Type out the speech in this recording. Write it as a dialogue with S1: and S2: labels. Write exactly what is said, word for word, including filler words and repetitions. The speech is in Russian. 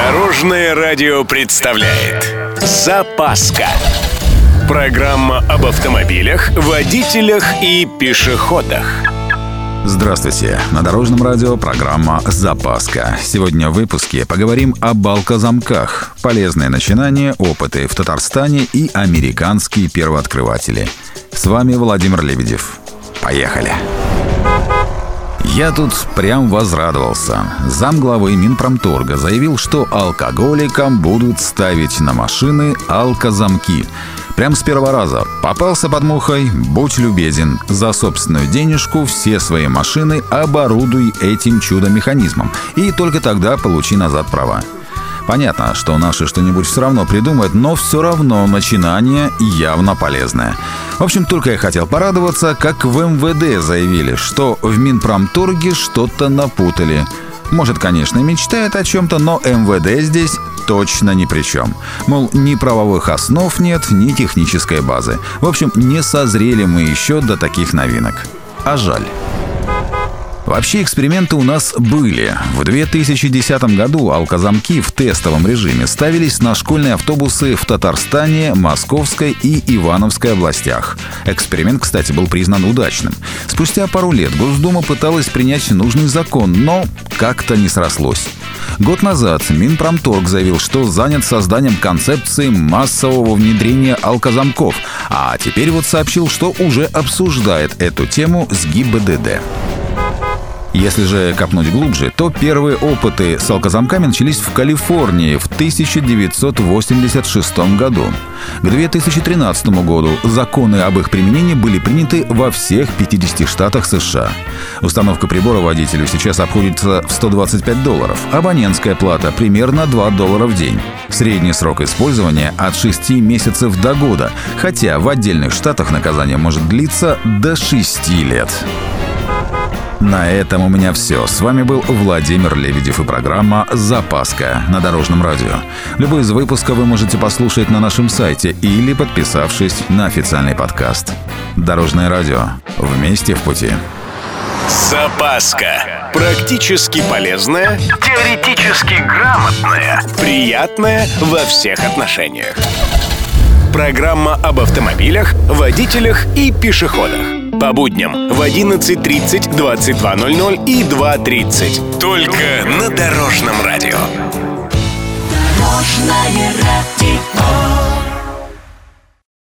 S1: Дорожное радио представляет «Запаска». Программа об автомобилях, водителях и пешеходах.
S2: Здравствуйте! На Дорожном радио программа «Запаска». Сегодня в выпуске поговорим о балкозамках, полезные начинания, опыты в Татарстане и американские первооткрыватели. С вами Владимир Лебедев. Поехали! Я тут прям возрадовался. Замглавы Минпромторга заявил, что алкоголикам будут ставить на машины алкозамки. Прям с первого раза. Попался под мухой, будь любезен. За собственную денежку все свои машины оборудуй этим чудо-механизмом. И только тогда получи назад права. Понятно, что наши что-нибудь все равно придумают, но все равно начинание явно полезное. В общем, только я хотел порадоваться, как в эм вэ дэ заявили, что в Минпромторге что-то напутали. Может, конечно, и мечтает о чем-то, но эм вэ дэ здесь точно ни при чем. Мол, ни правовых основ нет, ни технической базы. В общем, не созрели мы еще до таких новинок. А жаль. Вообще эксперименты у нас были. В две тысячи десятом году алкозамки в тестовом режиме ставились на школьные автобусы в Татарстане, Московской и Ивановской областях. Эксперимент, кстати, был признан удачным. Спустя пару лет Госдума пыталась принять нужный закон, но как-то не срослось. Год назад Минпромторг заявил, что занят созданием концепции массового внедрения алкозамков, а теперь вот сообщил, что уже обсуждает эту тему с гэ и бэ дэ дэ. Если же копнуть глубже, то первые опыты с алкозамками начались в Калифорнии в тысяча девятьсот восемьдесят шестом году. К две тысячи тринадцатому году законы об их применении были приняты во всех пятидесяти штатах США. Установка прибора водителю сейчас обходится в сто двадцать пять долларов. Абонентская плата примерно два доллара в день. Средний срок использования от шести месяцев до года, хотя в отдельных штатах наказание может длиться до шести лет. На этом у меня все. С вами был Владимир Лебедев и программа «Запаска» на Дорожном радио. Любой из выпусков вы можете послушать на нашем сайте или подписавшись на официальный подкаст. Дорожное радио. Вместе в пути.
S1: «Запаска». Практически полезная, теоретически грамотная, приятная во всех отношениях. Программа об автомобилях, водителях и пешеходах. По будням в одиннадцать тридцать, двадцать два ноль ноль и два тридцать. Только на Дорожном радио.
S3: Дорожное радио.